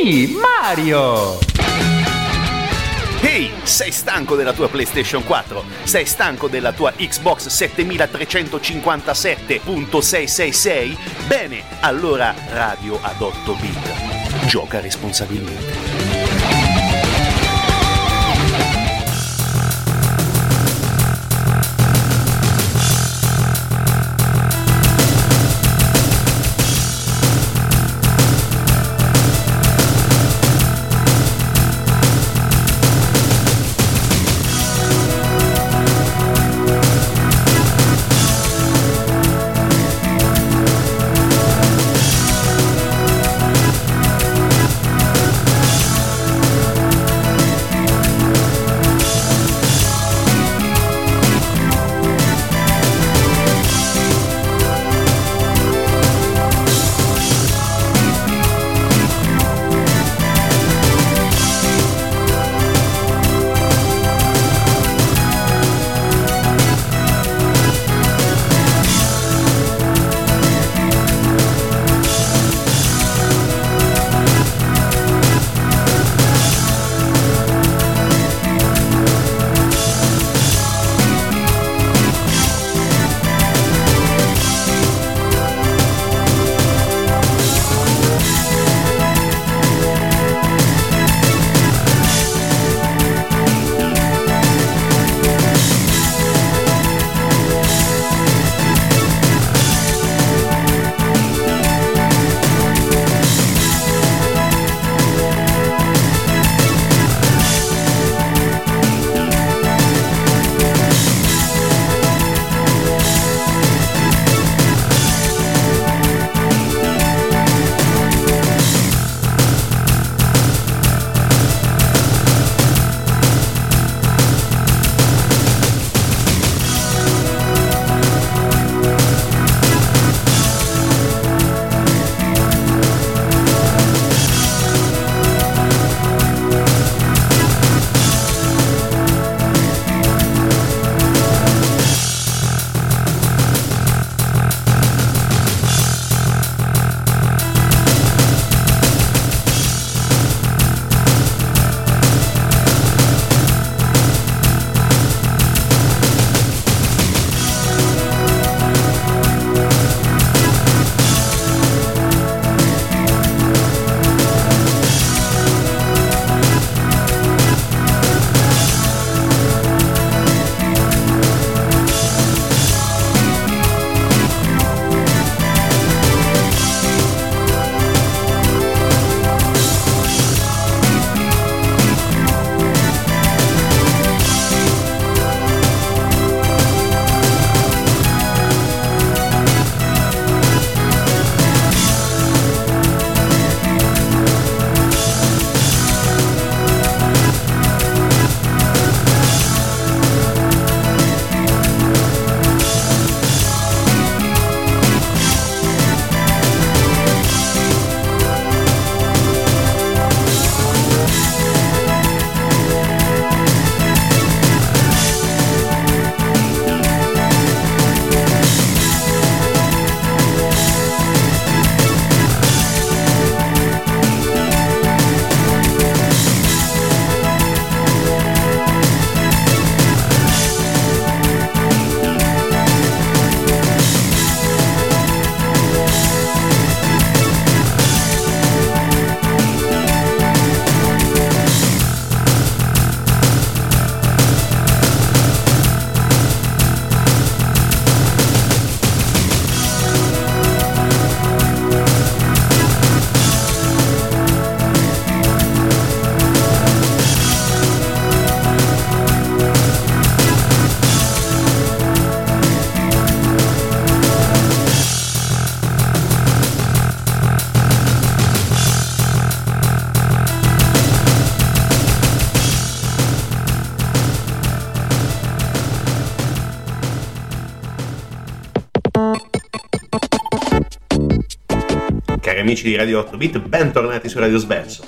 Sì, Mario! Ehi, sei stanco della tua PlayStation 4? Sei stanco della tua Xbox 7357.666? Bene, allora Radio ad 8 bit. Gioca responsabilmente. amici di Radio 8 Bit, bentornati su Radio Sverso.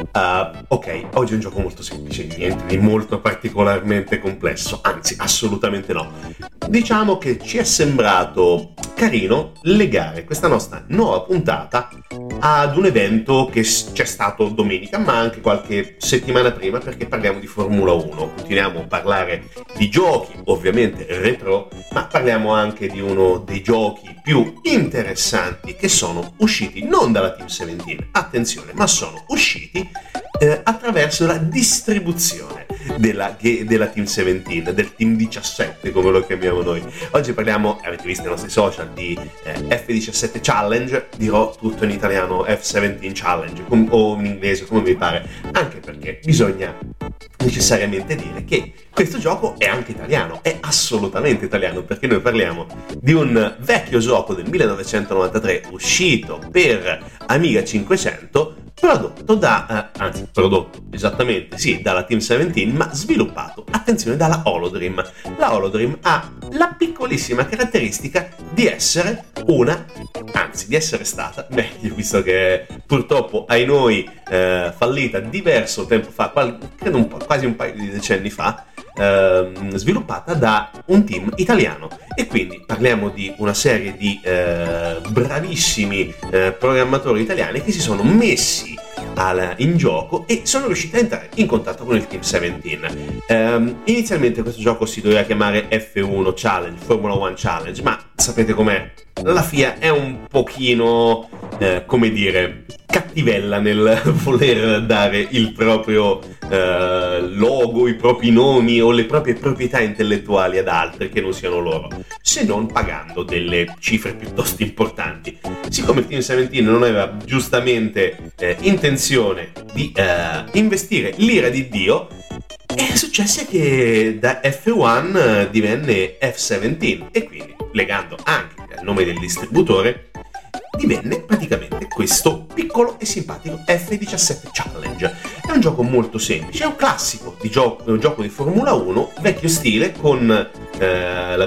Ok, oggi è un gioco molto semplice, niente di molto particolarmente complesso, anzi assolutamente no. Diciamo che ci è sembrato carino legare questa nostra nuova puntata ad un evento che c'è stato domenica, ma anche qualche settimana prima, perché parliamo di Formula 1. Continuiamo a parlare di giochi, ovviamente retro, ma parliamo anche di uno dei giochi più interessanti che sono usciti non dalla Team 17, attenzione, ma sono usciti attraverso la distribuzione della Team 17, del Team 17 come lo chiamiamo noi. Oggi parliamo, avete visto i nostri social, di F17 Challenge, dirò tutto in italiano F17 Challenge o in inglese come vi pare, anche perché bisogna necessariamente dire che questo gioco è anche italiano, è assolutamente italiano, perché noi parliamo di un vecchio gioco del 1993 uscito per Amiga 500, prodotto esattamente, sì, dalla Team 17, ma sviluppato, attenzione, dalla Holodream. La Holodream ha la piccolissima caratteristica di essere di essere stata, meglio, visto che purtroppo ai noi fallita diverso tempo fa, credo quasi un paio di decenni fa, sviluppata da un team italiano, e quindi parliamo di una serie di bravissimi programmatori italiani che si sono messi in gioco e sono riusciti a entrare in contatto con il Team 17. Inizialmente questo gioco si doveva chiamare F1 Challenge, Formula 1 Challenge, ma sapete com'è? La FIA è un pochino, come dire, cattivella nel voler dare il proprio logo, i propri nomi o le proprie proprietà intellettuali ad altri che non siano loro, se non pagando delle cifre piuttosto importanti. Siccome il Team 17 non aveva giustamente intenzione di investire l'ira di Dio, è successo che da F1 divenne F17, e quindi, legando anche al nome del distributore, divenne praticamente questo piccolo e simpatico F17 Challenge. È un gioco molto semplice, è un classico un gioco di Formula 1, vecchio stile, con la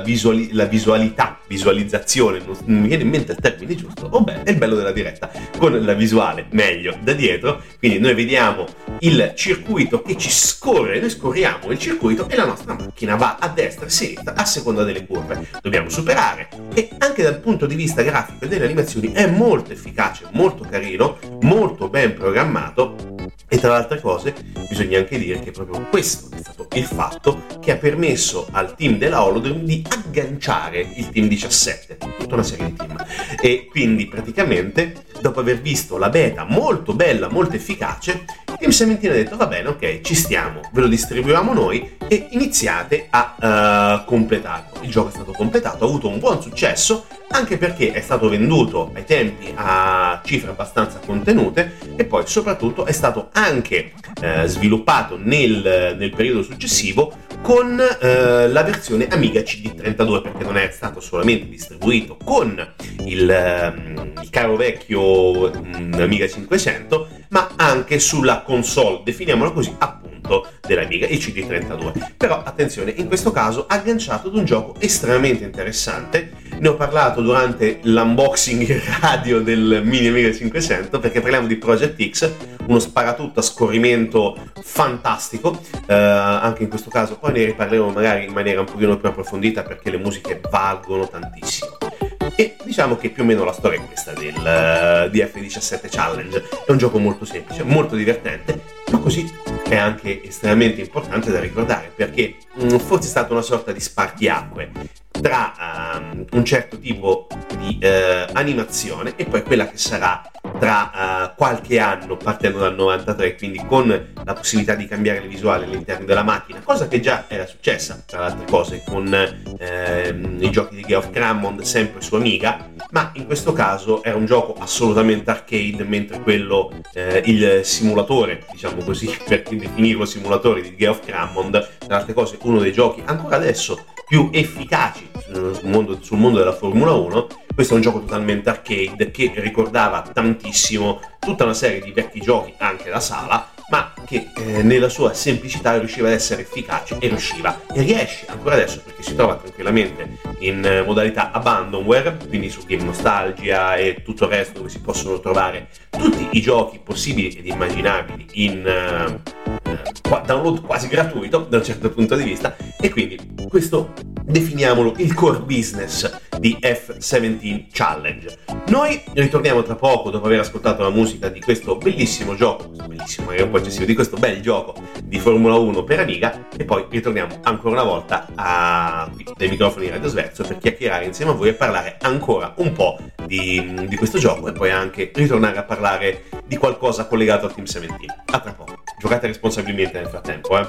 visualizzazione, non mi viene in mente il termine giusto, è il bello della diretta, con la visuale meglio da dietro, quindi noi vediamo il circuito che ci scorre, noi scorriamo il circuito e la nostra macchina va a destra e a sinistra a seconda delle curve, dobbiamo superare, e anche dal punto di vista grafico e delle animazioni è molto efficace, molto carino, molto ben programmato. E tra le altre cose bisogna anche dire che proprio questo è stato il fatto che ha permesso al team della Holodream di agganciare il Team 17, tutta una serie di team, e quindi praticamente dopo aver visto la beta molto bella, molto efficace, Team 17 ha detto va bene, ok, ci stiamo, ve lo distribuiamo noi e iniziate a completarlo. Il gioco è stato completato, ha avuto un buon successo, anche perché è stato venduto ai tempi a cifre abbastanza contenute, e poi soprattutto è stato anche sviluppato nel periodo successivo con la versione Amiga CD32, perché non è stato solamente distribuito con il caro vecchio Amiga 500, ma anche sulla console, definiamola così, appunto, dell'Amiga, il CD32. Però attenzione, in questo caso agganciato ad un gioco estremamente interessante. Ne ho parlato durante l'unboxing radio del mini Amiga 500, perché parliamo di Project X, uno sparatutto a scorrimento fantastico, anche in questo caso poi ne riparleremo magari in maniera un pochino più approfondita, perché le musiche valgono tantissimo. E diciamo che più o meno la storia è questa di F17 Challenge. È un gioco molto semplice, molto divertente, ma così è anche estremamente importante da ricordare, perché forse è stata una sorta di spartiacque tra un certo tipo di animazione e poi quella che sarà tra qualche anno, partendo dal 93, quindi con la possibilità di cambiare le visuali all'interno della macchina, cosa che già era successa tra le altre cose con i giochi di Geoff Crammond sempre su Amiga, ma in questo caso era un gioco assolutamente arcade, mentre quello, il simulatore, diciamo così, per definirlo simulatore, di Geoff Crammond, tra le altre cose uno dei giochi ancora adesso più efficaci sul mondo della Formula 1. Questo è un gioco totalmente arcade che ricordava tantissimo tutta una serie di vecchi giochi anche da sala, ma che nella sua semplicità riusciva ad essere efficace e riesce ancora adesso, perché si trova tranquillamente in modalità abandonware, quindi su Game Nostalgia e tutto il resto, dove si possono trovare tutti i giochi possibili ed immaginabili in download quasi gratuito da un certo punto di vista. E quindi questo definiamolo, il core business di F17 Challenge. Noi ritorniamo tra poco dopo aver ascoltato la musica di questo bellissimo gioco, bellissimo è un po' eccessivo, di questo bel gioco di Formula 1 per Amiga, e poi ritorniamo ancora una volta dai microfoni di Radio Sverso per chiacchierare insieme a voi e parlare ancora un po' di questo gioco, e poi anche ritornare a parlare di qualcosa collegato al Team 17. A tra poco, giocate responsabilmente nel frattempo,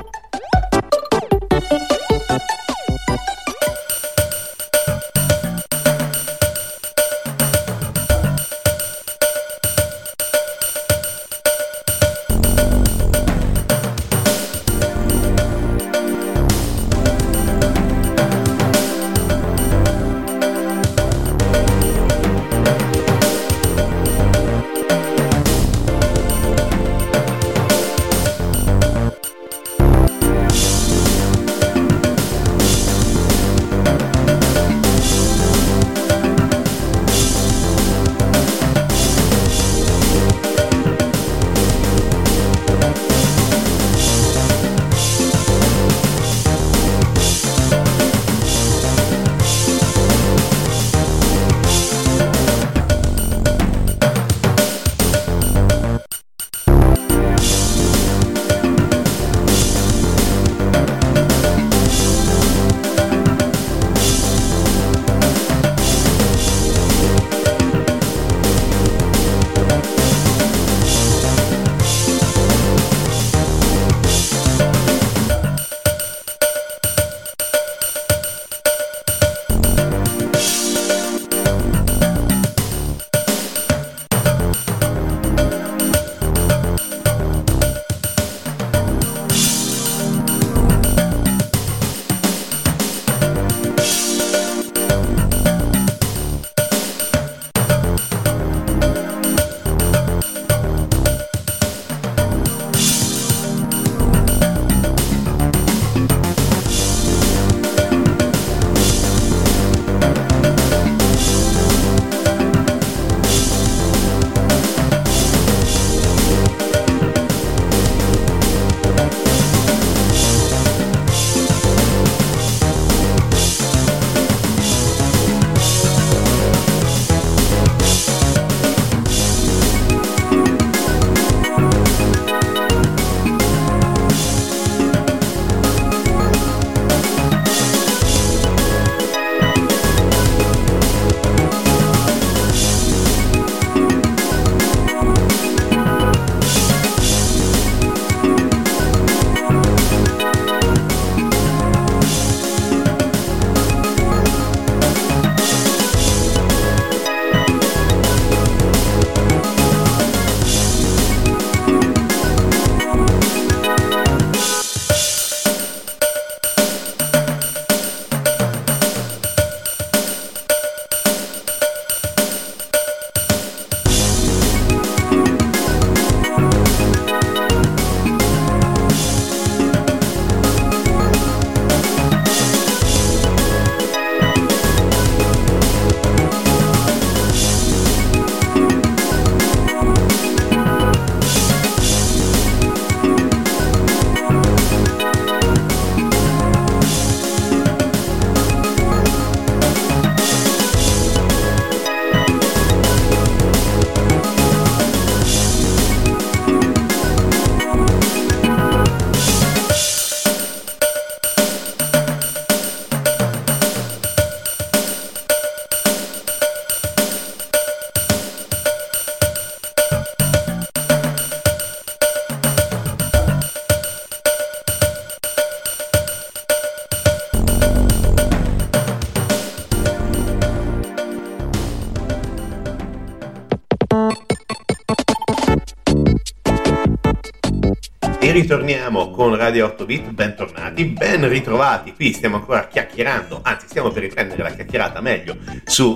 E ritorniamo con Radio 8 Bit, bentornati, ben ritrovati, qui stiamo ancora chiacchierando, anzi stiamo per riprendere la chiacchierata meglio su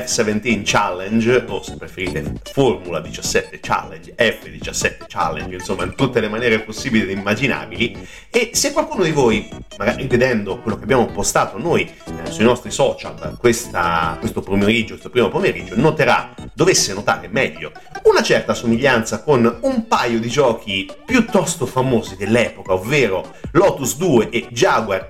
F17 Challenge, o se preferite Formula 17 Challenge, F17 Challenge, insomma in tutte le maniere possibili ed immaginabili. E se qualcuno di voi, magari vedendo quello che abbiamo postato noi sui nostri social questo primo pomeriggio, dovesse notare meglio una certa somiglianza con un paio di giochi piuttosto famosi famosi dell'epoca, ovvero Lotus 2 e Jaguar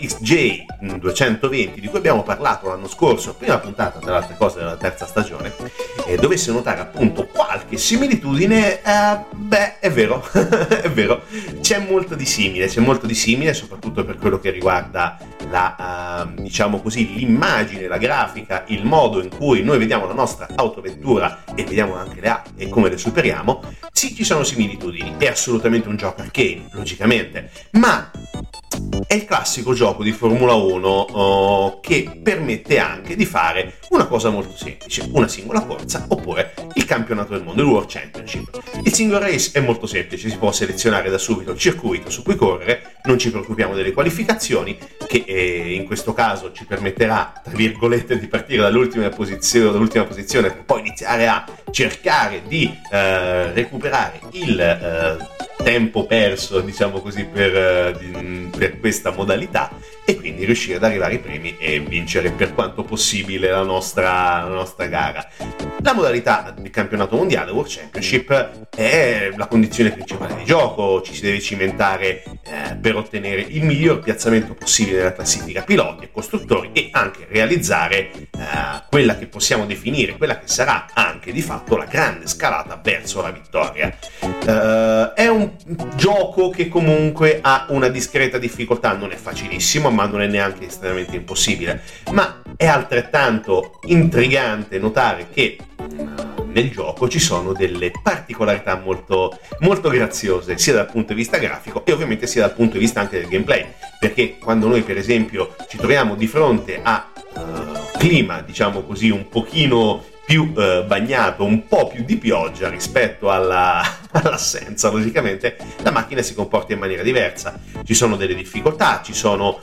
XJ220, di cui abbiamo parlato l'anno scorso, prima puntata tra le altre cose della terza stagione, dovesse notare appunto qualche similitudine, è vero, è vero, c'è molto di simile, soprattutto per quello che riguarda diciamo così, l'immagine, la grafica, il modo in cui noi vediamo la nostra autovettura e vediamo anche le auto e come le superiamo. Sì, ci sono similitudini, è assolutamente un gioco arcade, logicamente, ma è il classico gioco di Formula 1 che permette anche di fare una cosa molto semplice, una singola corsa oppure il campionato del mondo, il World Championship. Il single race è molto semplice, si può selezionare da subito il circuito su cui correre, non ci preoccupiamo delle qualificazioni, che in questo caso ci permetterà, tra virgolette, di partire dall'ultima posizione per poi iniziare a cercare di recuperare il tempo perso, diciamo così, per questa modalità, e quindi riuscire ad arrivare ai primi e vincere per quanto possibile la nostra gara. La modalità del campionato mondiale, World Championship, è la condizione principale di gioco, ci si deve cimentare per ottenere il miglior piazzamento possibile nella classifica piloti e costruttori e anche realizzare quella che possiamo definire, quella che sarà anche di fatto la grande scalata verso la vittoria. È un gioco che comunque ha una discreta difficoltà, non è facilissimo ma non è neanche estremamente impossibile, ma è altrettanto intrigante notare che nel gioco ci sono delle particolarità molto, molto graziose, sia dal punto di vista grafico e ovviamente sia dal punto di vista anche del gameplay, perché quando noi per esempio ci troviamo di fronte a clima, diciamo così, un pochino più bagnato, un po' più di pioggia rispetto all'assenza, logicamente la macchina si comporta in maniera diversa, ci sono delle difficoltà, ci sono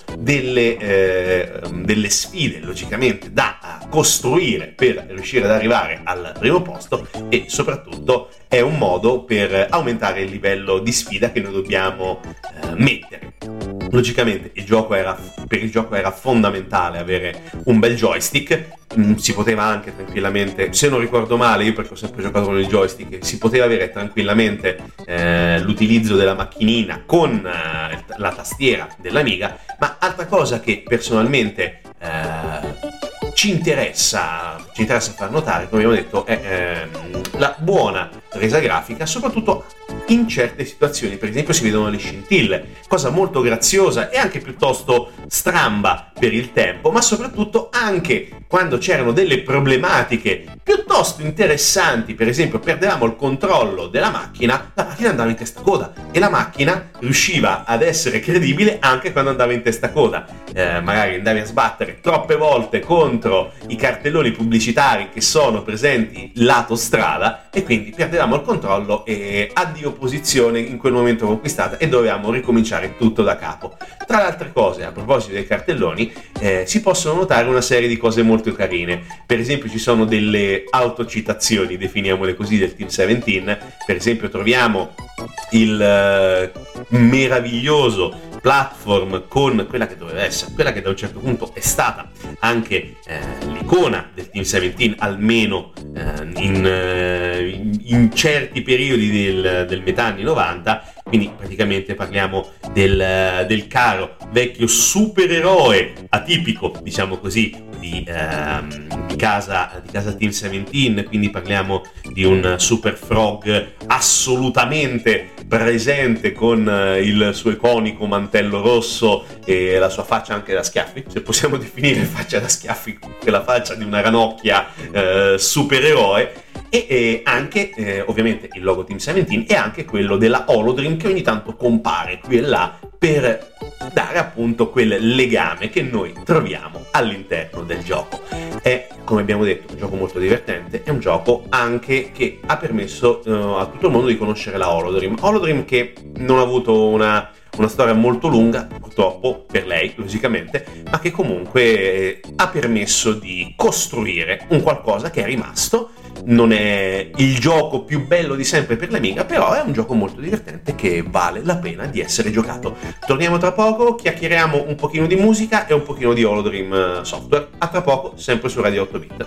delle sfide logicamente da costruire per riuscire ad arrivare al primo posto, e soprattutto è un modo per aumentare il livello di sfida che noi dobbiamo mettere. Logicamente per il gioco era fondamentale avere un bel joystick. Si poteva anche tranquillamente, se non ricordo male, io perché ho sempre giocato con il joystick, si poteva avere tranquillamente l'utilizzo della macchinina con la tastiera dell'Amiga, ma altra cosa che personalmente ci interessa far notare, come abbiamo detto, è la buona resa grafica, soprattutto in certe situazioni. Per esempio si vedono le scintille, cosa molto graziosa e anche piuttosto stramba per il tempo, ma soprattutto anche quando c'erano delle problematiche piuttosto interessanti. Per esempio perdevamo il controllo della macchina, la macchina andava in testa coda e la macchina riusciva ad essere credibile anche quando andava in testa coda. Magari andavi a sbattere troppe volte contro i cartelloni pubblicitari che sono presenti lato strada e quindi perdevamo il controllo e addio posizione in quel momento conquistata e dovevamo ricominciare tutto da capo. Tra le altre cose, a proposito dei cartelloni, si possono notare una serie di cose molto carine. Per esempio ci sono delle autocitazioni, definiamole così, del Team 17. Per esempio troviamo il meraviglioso platform con quella che doveva essere, quella che da un certo punto è stata anche l'icona del Team 17, almeno in certi periodi del metà anni 90. Quindi praticamente parliamo del caro vecchio supereroe atipico, diciamo così, di casa Team 17. Quindi parliamo di un Super Frog assolutamente presente con il suo iconico mantello rosso e la sua faccia anche da schiaffi, se possiamo definire faccia da schiaffi quella faccia di una ranocchia supereroe. E anche ovviamente il logo Team 17 e anche quello della Holodream che ogni tanto compare qui e là per dare appunto quel legame che noi troviamo all'interno del gioco. È, come abbiamo detto, un gioco molto divertente, è un gioco anche che ha permesso a tutto il mondo di conoscere la Holodream che non ha avuto una storia molto lunga, purtroppo per lei, logicamente, ma che comunque ha permesso di costruire un qualcosa che è rimasto. Non è il gioco più bello di sempre per l'Amiga, però è un gioco molto divertente che vale la pena di essere giocato. Torniamo tra poco, chiacchieriamo un pochino di musica e un pochino di Holodream Software. A tra poco, sempre su Radio 8 Bit.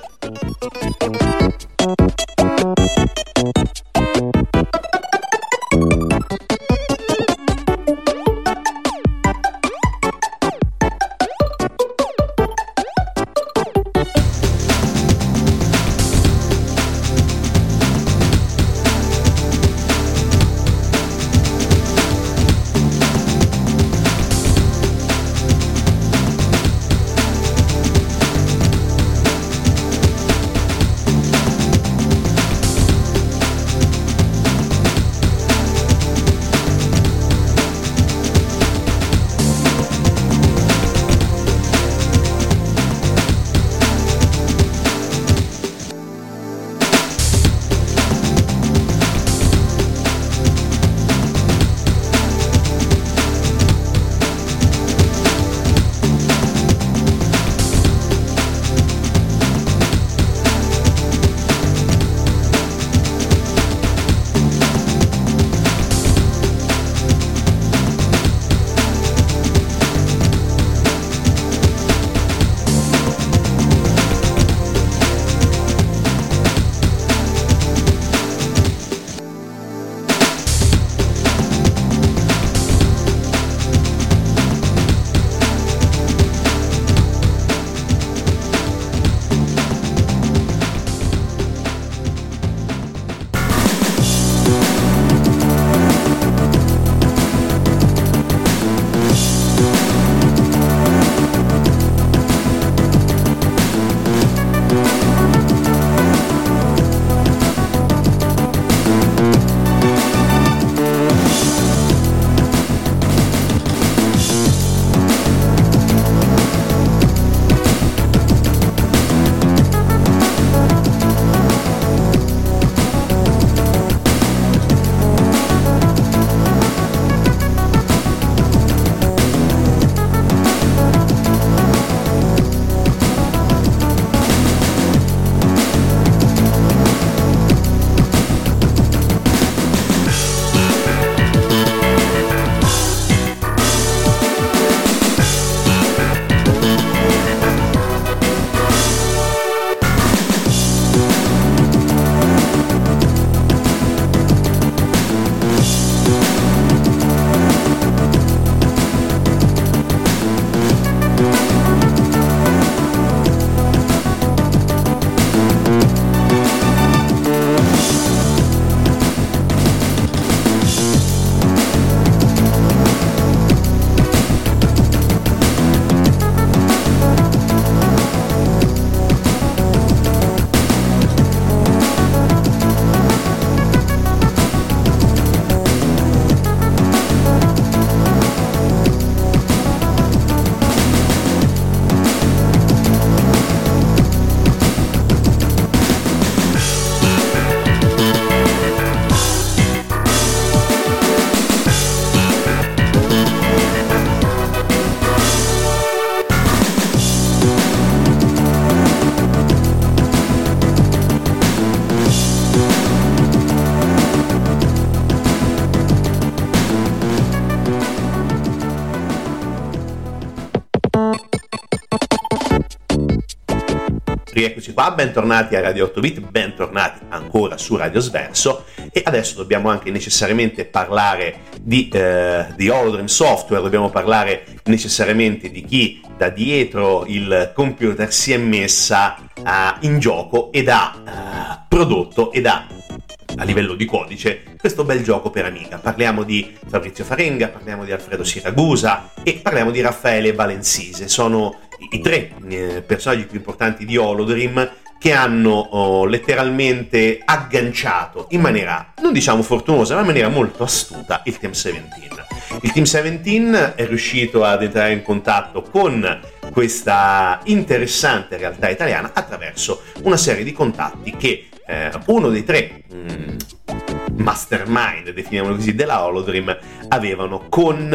Rieccoci qua, bentornati a Radio 8 Bit, bentornati ancora su Radio Sverso, e adesso dobbiamo anche necessariamente parlare di Holodream Software, dobbiamo parlare necessariamente di chi da dietro il computer si è messa in gioco ed ha prodotto ed ha a livello di codice questo bel gioco per Amiga. Parliamo di Fabrizio Farenga, parliamo di Alfredo Siragusa e parliamo di Raffaele Valensise. Sono i tre personaggi più importanti di Holodream che hanno letteralmente agganciato in maniera, non diciamo fortunosa, ma in maniera molto astuta il Team 17. Il Team 17 è riuscito ad entrare in contatto con questa interessante realtà italiana attraverso una serie di contatti che uno dei tre mastermind, definiamolo così, della Holodream avevano con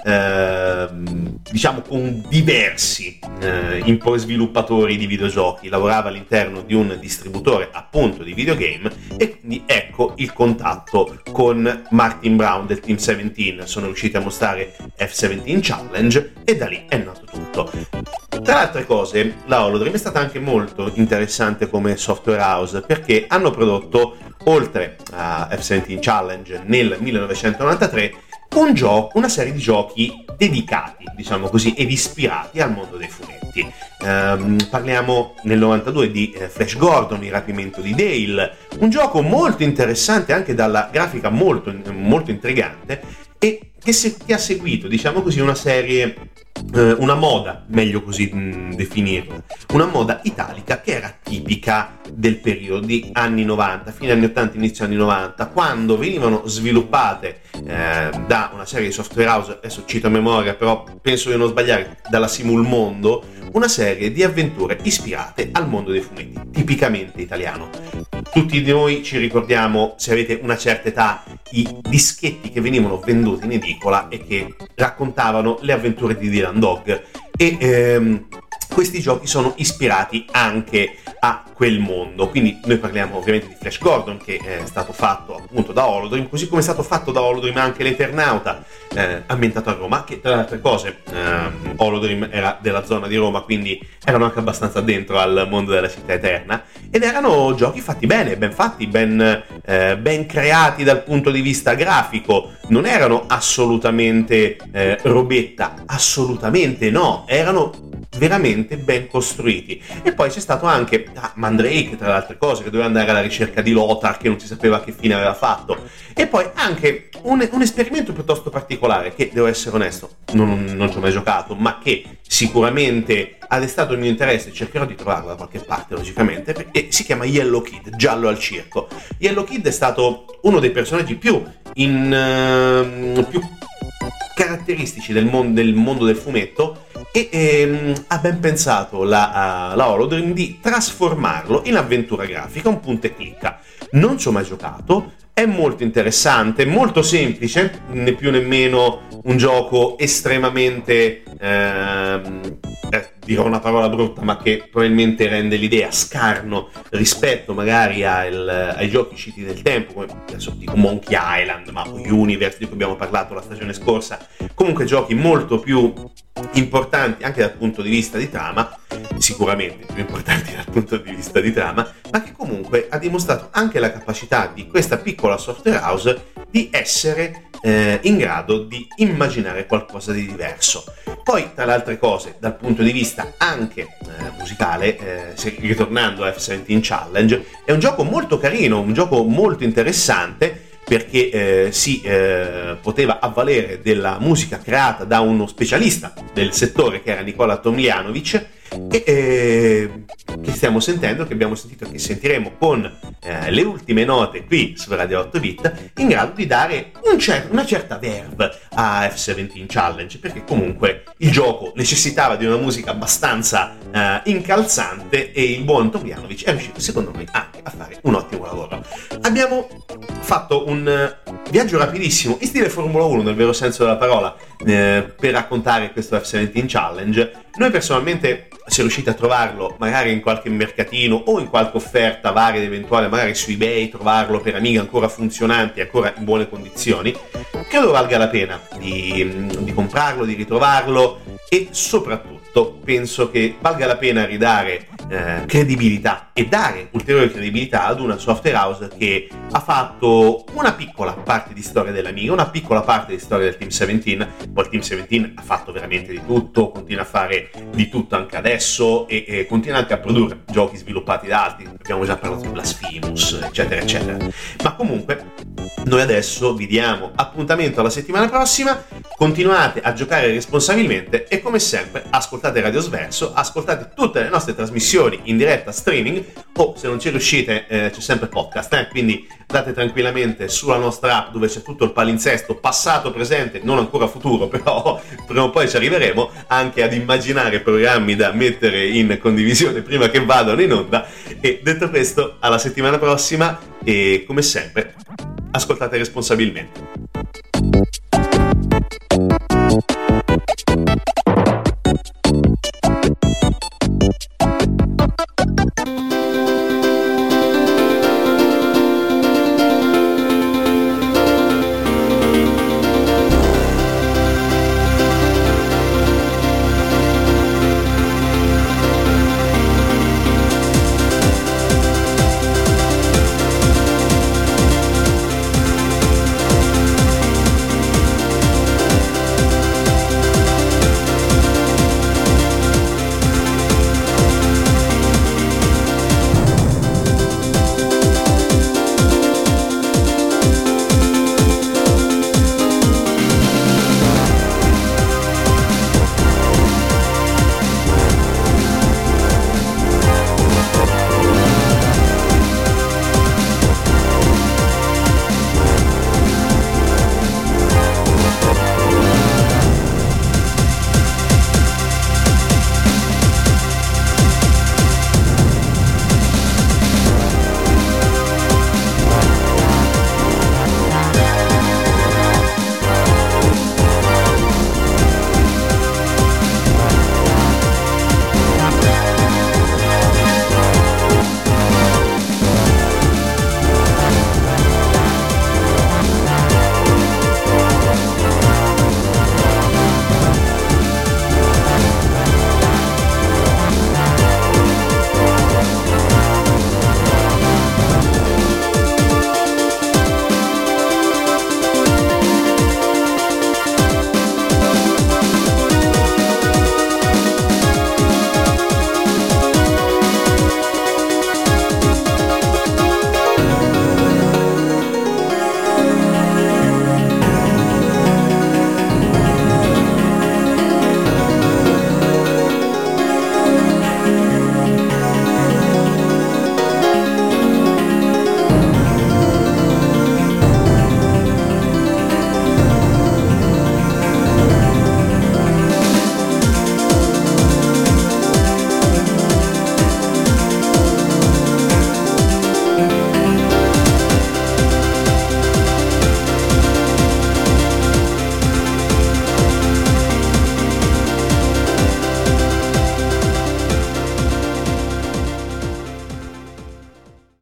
diversi sviluppatori di videogiochi. Lavorava all'interno di un distributore appunto di videogame, e quindi ecco il contatto con Martin Brown del Team 17. Sono riusciti a mostrare F-17 Challenge e da lì è nato tutto. Tra le altre cose, la Holodream è stata anche molto interessante come software house, perché hanno prodotto, oltre a F-17 Challenge nel 1993, una serie di giochi dedicati, diciamo così, ed ispirati al mondo dei fumetti. Parliamo nel 92 di Flash Gordon, il rapimento di Dale, un gioco molto interessante anche dalla grafica molto, molto intrigante, e che ha seguito, diciamo così, una serie, una moda, meglio così definirla, una moda italica che era tipica del periodo di anni 90, fine anni 80, inizio anni 90, quando venivano sviluppate da una serie di software house, adesso cito a memoria, però penso di non sbagliare, dalla Simul Mondo, una serie di avventure ispirate al mondo dei fumetti, tipicamente italiano. Tutti noi ci ricordiamo, se avete una certa età, i dischetti che venivano venduti in edicola e che raccontavano le avventure di Dylan Dog, e questi giochi sono ispirati anche a quel mondo. Quindi noi parliamo ovviamente di Flash Gordon, che è stato fatto appunto da Holodream, così come è stato fatto da Holodream anche l'Eternauta, ambientato a Roma, che tra le altre cose Holodream era della zona di Roma, quindi erano anche abbastanza dentro al mondo della città eterna, ed erano giochi fatti bene, ben fatti, ben creati dal punto di vista grafico. Non erano assolutamente robetta, assolutamente no, erano veramente ben costruiti. E poi c'è stato anche Mandrake, tra le altre cose, che doveva andare alla ricerca di Lothar, che non si sapeva che fine aveva fatto, e poi anche un esperimento piuttosto particolare che, devo essere onesto, non ci ho mai giocato, ma che sicuramente ha destato il mio interesse, cercherò di trovarlo da qualche parte logicamente, perché si chiama Yellow Kid, Giallo al circo. Yellow Kid è stato uno dei personaggi più caratteristici del mondo del fumetto, e ha ben pensato la Holodream di trasformarlo in avventura grafica, un punta e clicca. Non ci ho mai giocato, è molto interessante, molto semplice, né più né meno un gioco estremamente dirò una parola brutta, ma che probabilmente rende l'idea scarno rispetto magari ai giochi usciti nel tempo, come adesso dico Monkey Island, ma Universe, di cui abbiamo parlato la stagione scorsa. Comunque giochi molto più importanti anche dal punto di vista di trama, sicuramente più importanti dal punto di vista di trama, ma che comunque ha dimostrato anche la capacità di questa piccola software house di essere in grado di immaginare qualcosa di diverso. Poi, tra le altre cose, dal punto di vista anche musicale, ritornando a F-17 Challenge, è un gioco molto carino, un gioco molto interessante, perché si poteva avvalere della musica creata da uno specialista del settore, che era Nicola Tomljanovic, che stiamo sentendo, che abbiamo sentito e che sentiremo con le ultime note qui su Radio 8 Bit, in grado di dare una certa verve a F-17 Challenge, perché comunque il gioco necessitava di una musica abbastanza incalzante, e il buon Tomljanovic è riuscito, secondo me, anche a fare un ottimo lavoro. Abbiamo fatto un viaggio rapidissimo in stile Formula 1, nel vero senso della parola, per raccontare questo F-17 Challenge. Noi personalmente, se riuscite a trovarlo magari in qualche mercatino o in qualche offerta varia ed eventuale, magari su eBay, trovarlo per Amiga ancora funzionanti, ancora in buone condizioni, credo valga la pena di comprarlo, di ritrovarlo, e soprattutto penso che valga la pena ridare credibilità e dare ulteriore credibilità ad una software house che ha fatto una piccola parte di storia dell'Amiga, una piccola parte di storia del Team 17. Poi il Team 17 ha fatto veramente di tutto, continua a fare di tutto anche adesso e continua anche a produrre giochi sviluppati da altri. Abbiamo già parlato di Blasphemous, eccetera eccetera. Ma comunque noi adesso vi diamo appuntamento alla settimana prossima. Continuate a giocare responsabilmente e come sempre ascoltate Radio Sverso, ascoltate tutte le nostre trasmissioni in diretta streaming, o se non ci riuscite c'è sempre podcast, quindi andate tranquillamente sulla nostra app dove c'è tutto il palinsesto passato, presente, non ancora futuro, però prima o poi ci arriveremo anche ad immaginare programmi da mettere in condivisione prima che vadano in onda. E detto questo, alla settimana prossima e come sempre ascoltate responsabilmente.